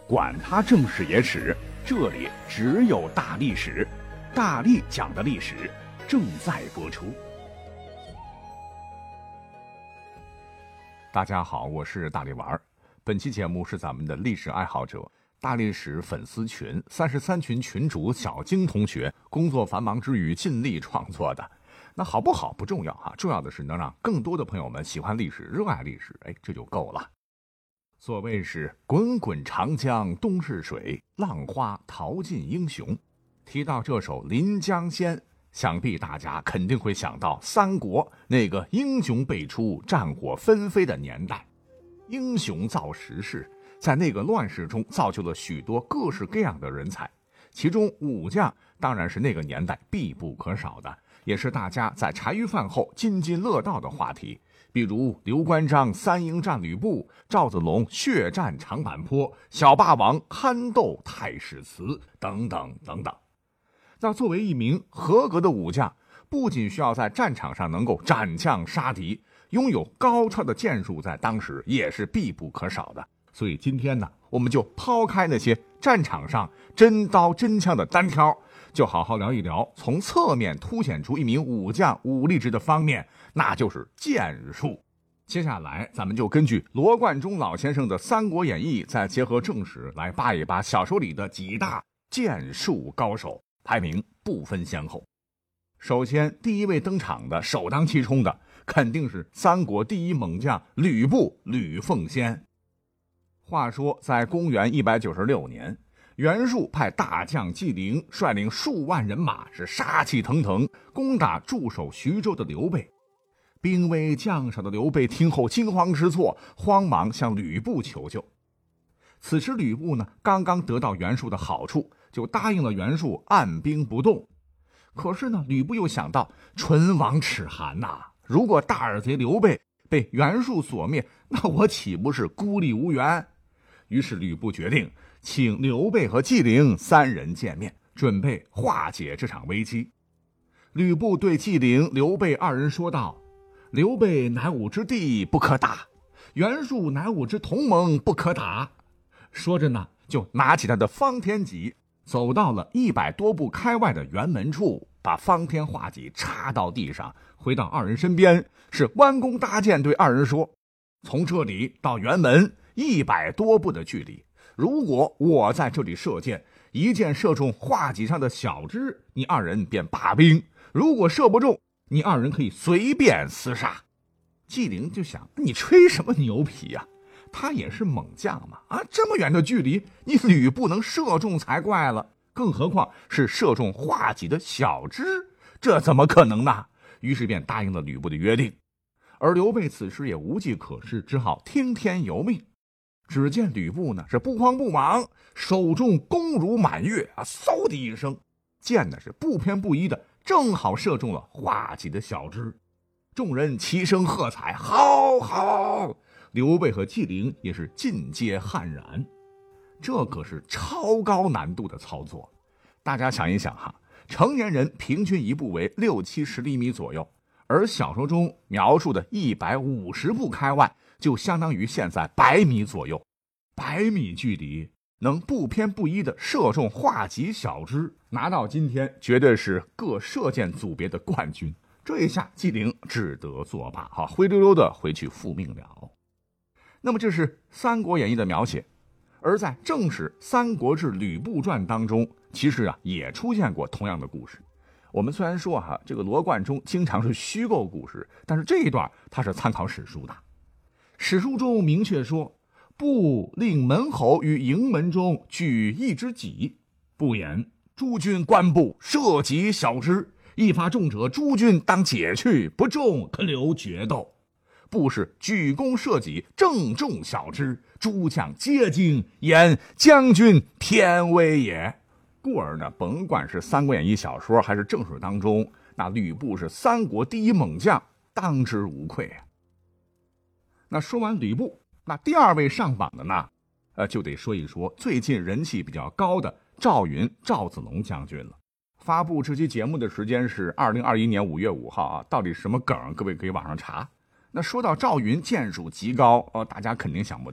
管他正史野史，这里只有大历史，大力讲的历史正在播出。大家好，我是大力丸。本期节目是咱们的历史爱好者大历史粉丝群33群群主小晶同学工作繁忙之余尽力创作的。那好不好不重要啊，重要的是能让更多的朋友们喜欢历史，热爱历史，这就够了。所谓是滚滚长江东逝水，浪花淘尽英雄。提到这首《临江仙》，想必大家肯定会想到三国那个英雄辈出、战火纷飞的年代。英雄造时势，在那个乱世中造就了许多各式各样的人才，其中武将当然是那个年代必不可少的，也是大家在茶余饭后津津乐道的话题。比如刘关张三英战吕布，赵子龙血战长坂坡，小霸王憨斗太史慈，等等等等。那作为一名合格的武将，不仅需要在战场上能够斩将杀敌，拥有高超的剑术在当时也是必不可少的。所以今天呢，我们就抛开那些战场上真刀真枪的单挑，就好好聊一聊从侧面凸显出一名武将武力值的方面，那就是剑术。接下来咱们就根据罗贯中老先生的《三国演义》，再结合正史来扒一扒小说里的几大剑术高手，排名不分先后。首先第一位登场的首当其冲的肯定是三国第一猛将吕布吕奉先。话说在公元196年，袁术派大将纪灵率领数万人马，是杀气腾腾攻打驻守徐州的刘备。兵微将少的刘备听后惊慌失措，慌忙向吕布求救。此时吕布呢，刚刚得到袁术的好处，就答应了袁术按兵不动。可是呢，吕布又想到唇亡齿寒呐，如果大耳贼刘备被袁术所灭，那我岂不是孤立无援？于是吕布决定请刘备和纪灵三人见面，准备化解这场危机。吕布对纪灵、刘备二人说道：刘备乃吾之弟，不可打；袁术乃吾之同盟，不可打。说着呢，就拿起他的方天戟，走到了100多步开外的辕门处，把方天画戟插到地上，回到二人身边，是弯弓搭箭，对二人说：从这里到辕门100多步的距离，如果我在这里射箭，一箭射中画戟上的小枝，你二人便罢兵；如果射不中，你二人可以随便厮杀。纪灵就想，你吹什么牛皮呀？他也是猛将嘛，这么远的距离，你吕布能射中才怪了，更何况是射中画戟的小枝，这怎么可能呢？于是便答应了吕布的约定。而刘备此时也无计可施，只好听天由命。只见吕布呢是不慌不忙，手中弓如满月嗖的一声，箭呢是不偏不倚的正好射中了画戟的小枝。众人齐声喝彩，好好！刘备和纪灵也是尽皆汗然。这可是超高难度的操作，大家想一想哈，成年人平均一步为60-70厘米左右，而小说中描述的150步开外，就相当于现在100米左右。100米距离能不偏不倚的射中画戟小枝，拿到今天绝对是各射箭组别的冠军。这一下纪灵只得作罢，灰溜溜的回去复命了。那么这是《三国演义》的描写，而在正史《三国志·吕布传》当中，其实也出现过同样的故事。我们虽然说这个罗贯中经常是虚构故事，但是这一段他是参考史书的。史书中明确说，布令门侯于营门中举一支戟，布言诸军官部射戟小枝，一发中者诸军当解去，不中可留决斗。布是举弓射戟，正中小枝，诸将皆惊，言将军天威也。故而呢，甭管是《三国演义》小说还是正史当中，那吕布是三国第一猛将，当之无愧啊。那说完吕布，那第二位上榜的呢，就得说一说最近人气比较高的赵云赵子龙将军了。发布这期节目的时间是2021年5月5号到底什么梗，各位可以网上查。那说到赵云剑术极高大家肯定想不到，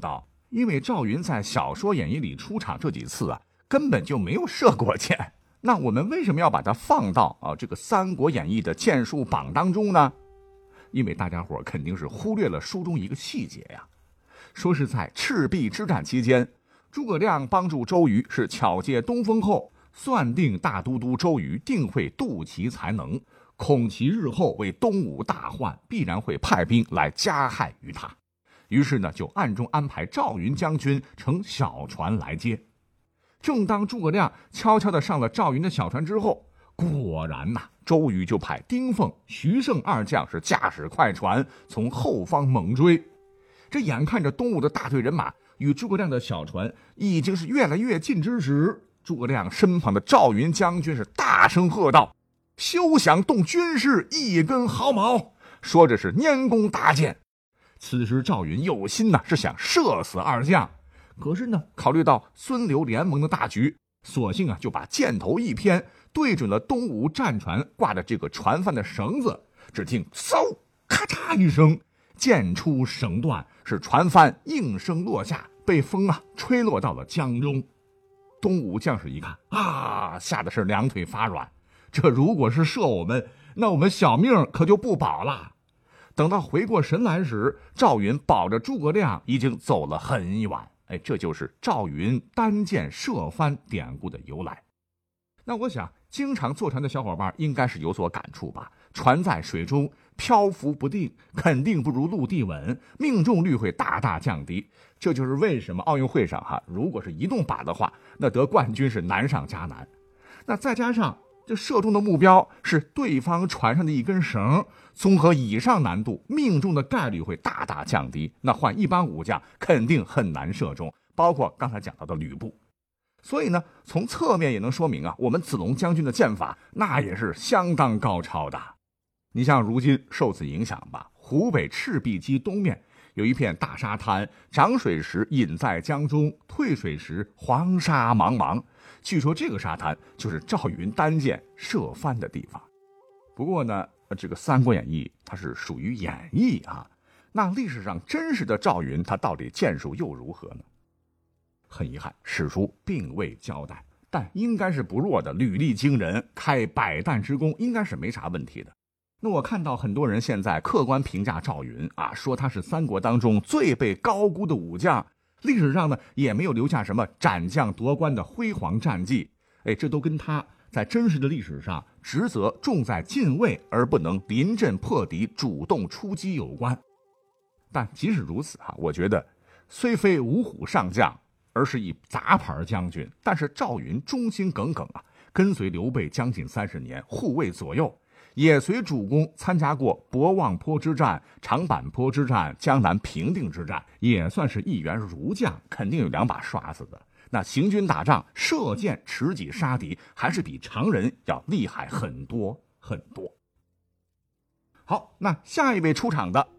因为赵云在小说演义里出场这几次啊，根本就没有射过箭。那我们为什么要把它放到这个《三国演义》的箭数榜当中呢？因为大家伙肯定是忽略了书中一个细节呀，说是在赤壁之战期间，诸葛亮帮助周瑜是巧借东风后，算定大都督周瑜定会妒其才能，恐其日后为东吴大患，必然会派兵来加害于他。于是呢，就暗中安排赵云将军乘小船来接。正当诸葛亮悄悄地上了赵云的小船之后，果然呐，周瑜就派丁奉、徐盛二将是驾驶快船从后方猛追。这眼看着东吴的大队人马与诸葛亮的小船已经是越来越近之时，诸葛亮身旁的赵云将军是大声喝道：“休想动军师一根毫毛！”说着是拈弓搭箭。此时赵云有心呢，是想射死二将，可是呢，考虑到孙刘联盟的大局，索性就把箭头一偏，对准了东吴战船挂着这个船帆的绳子。只听嗖咔嚓一声，箭出绳断，是船帆应声落下，被风吹落到了江中。东吴将士一看吓得是两腿发软，这如果是射我们，那我们小命可就不保了。等到回过神来时，赵云保着诸葛亮已经走了很远。这就是赵云单箭射帆典故的由来。那我想经常坐船的小伙伴应该是有所感触吧，船在水中漂浮不定，肯定不如陆地稳，命中率会大大降低。这就是为什么奥运会上如果是移动靶的话，那得冠军是难上加难。那再加上这射中的目标是对方船上的一根绳，综合以上难度，命中的概率会大大降低。那换一般武将肯定很难射中，包括刚才讲到的吕布。所以呢，从侧面也能说明我们子龙将军的剑法那也是相当高超的。你像如今受此影响吧，湖北赤壁矶东面有一片大沙滩，涨水时隐在江中，退水时黄沙茫茫。据说这个沙滩就是赵云单箭射帆的地方。不过呢，这个《三国演义》它是属于演义那历史上真实的赵云他到底剑术又如何呢？很遗憾，史书并未交代，但应该是不弱的，履历惊人，开百弹之功应该是没啥问题的。那我看到很多人现在客观评价赵云说他是三国当中最被高估的武将，历史上呢也没有留下什么斩将夺关的辉煌战绩。这都跟他在真实的历史上职责重在近卫而不能临阵破敌主动出击有关。但即使如此我觉得虽非五虎上将，而是一杂牌将军，但是赵云忠心耿耿跟随刘备将近30年，护卫左右，也随主公参加过博望坡之战、长坂坡之战、江南平定之战，也算是一员儒将，肯定有2把刷子的。那行军打仗，射箭持戟杀敌，还是比常人要厉害很多很多。好，那下一位出场的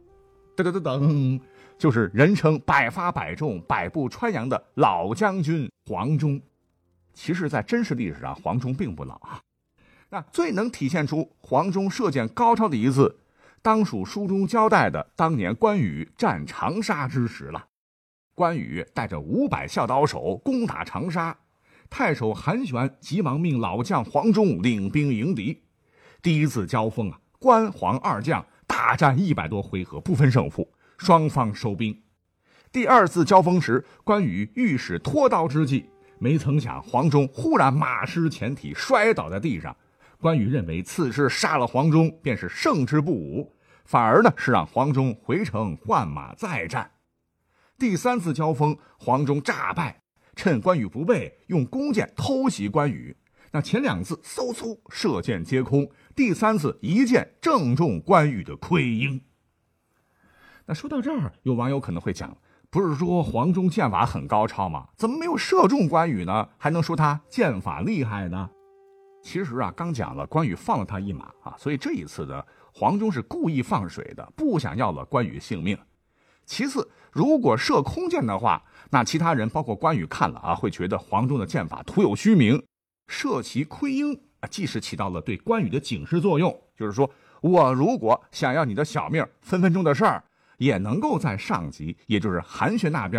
就是人称百发百中、百步穿杨的老将军黄忠。其实在真实历史上黄忠并不老那最能体现出黄忠射箭高超的一次，当属书中交代的当年关羽战长沙之时了。关羽带着500校刀手攻打长沙，太守韩玄急忙命老将黄忠领兵迎敌。第一次交锋关黄二将大战100多回合，不分胜负，双方收兵。第二次交锋时，关羽欲使脱刀之计，没曾想黄忠忽然马失前蹄，摔倒在地上。关羽认为此时杀了黄忠便是胜之不武，反而呢是让黄忠回城换马再战。第3次交锋，黄忠诈败，趁关羽不备，用弓箭偷袭关羽。那前2次嗖嗖射箭皆空，第3次一箭正中关羽的盔缨。那说到这儿，有网友可能会讲，不是说黄忠剑法很高超吗？怎么没有射中关羽呢？还能说他剑法厉害呢？其实刚讲了关羽放了他一马所以这一次呢，黄忠是故意放水的，不想要了关羽性命。其次，如果射空箭的话，那其他人包括关羽看了会觉得黄忠的剑法徒有虚名。射其盔缨既是起到了对关羽的警示作用，就是说我如果想要你的小命，分分钟的事儿，也能够在上级也就是韩玄那边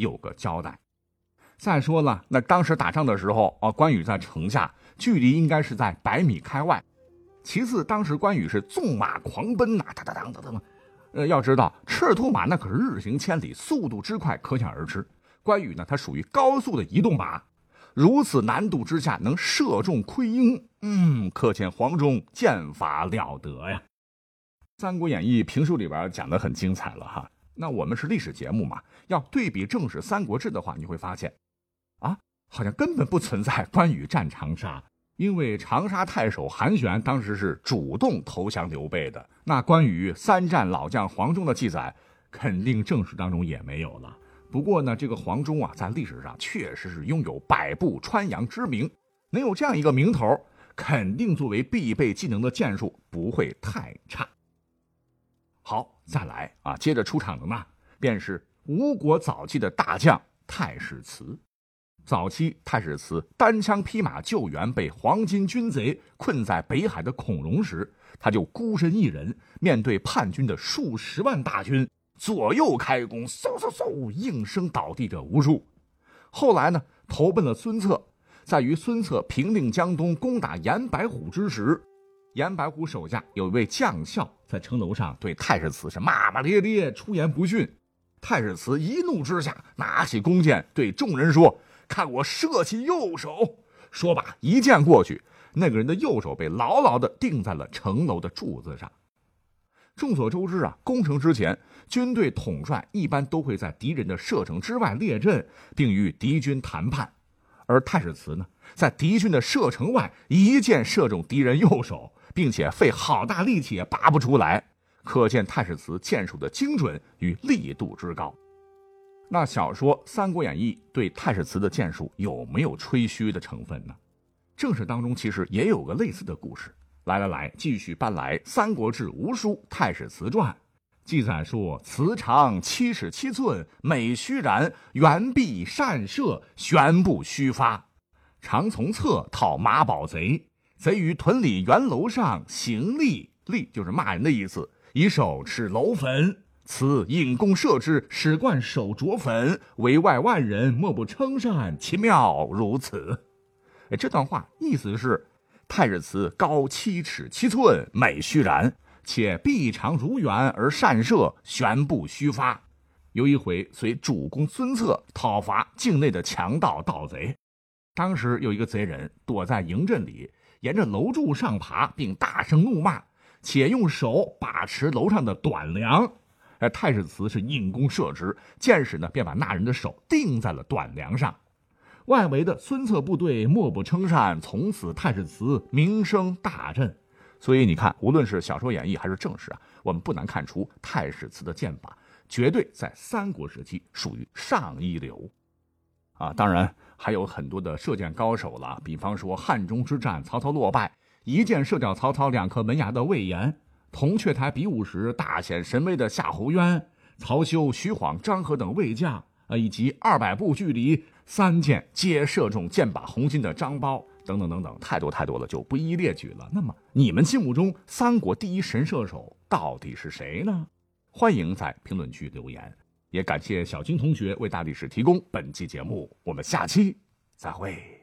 有个交代。再说了，那当时打仗的时候关羽在城下，距离应该是在100米开外。其次，当时关羽是纵马狂奔呐，哒哒哒哒哒。要知道，赤兔马那可是日行千里，速度之快可想而知。关羽呢，他属于高速的移动马，如此难度之下能射中窥鹰，可见黄忠剑法了得呀。《三国演义》评书里边讲得很精彩了哈。那我们是历史节目嘛，要对比正史《三国志》的话，你会发现好像根本不存在关羽战长沙，因为长沙太守韩玄当时是主动投降刘备的。那关羽3战老将黄忠的记载，肯定正史当中也没有了。不过呢，这个黄忠在历史上确实是拥有百步穿杨之名，能有这样一个名头，肯定作为必备技能的剑术不会太差。好，再来接着出场的呢，便是吴国早期的大将太史慈。早期太史慈单枪匹马救援被黄巾军贼困在北海的孔融时，他就孤身一人面对叛军的数十万大军，左右开弓，嗖嗖嗖，应声倒地者无数。后来呢，投奔了孙策，在与孙策平定江东攻打严白虎之时，严白虎手下有一位将校在城楼上对太史慈是骂骂咧咧，出言不逊。太史慈一怒之下拿起弓箭对众人说，看我射其右手。说罢一箭过去，那个人的右手被牢牢地钉在了城楼的柱子上。众所周知攻城之前，军队统帅一般都会在敌人的射程之外列阵，并与敌军谈判。而太史慈呢，在敌军的射程外一箭射中敌人右手，并且费好大力气也拔不出来，可见太史慈箭术的精准与力度之高。那小说《三国演义》对太史慈的剑术有没有吹嘘的成分呢？正史当中其实也有个类似的故事。来，继续搬来《三国志·吴书·太史慈传》，记载说，慈长77寸，美须髯，圆臂善射，旋步须发，常从侧讨马宝贼，贼于屯里原楼上行立，立就是骂人的意思，以手持楼粉，此引弓射之，使冠手着粉，围外万人莫不称善，其妙如此。这段话意思是，太史慈高7尺7寸，美须髯，且臂长如圆而善射，旋步须发。有一回随主公孙策讨伐境内的强盗盗贼，当时有一个贼人躲在营阵里，沿着楼柱上爬，并大声怒骂，且用手把持楼上的短梁。太史慈是引弓射之，箭矢呢便把那人的手钉在了短梁上。外围的孙策部队莫不称善，从此太史慈名声大振。所以你看，无论是小说演义还是正史我们不难看出太史慈的剑法绝对在三国时期属于上一流当然还有很多的射箭高手了，比方说汉中之战曹操落败，一箭射掉曹操2颗门牙的魏延，铜雀台比武时大显神威的夏侯渊，曹休、徐晃、张合等魏将以及200步距离3箭皆射中箭靶红心的张苞等等等等，太多了，就不一一列举了。那么你们心目中三国第一神射手到底是谁呢？欢迎在评论区留言，也感谢小金同学为大历史提供本期节目，我们下期再会。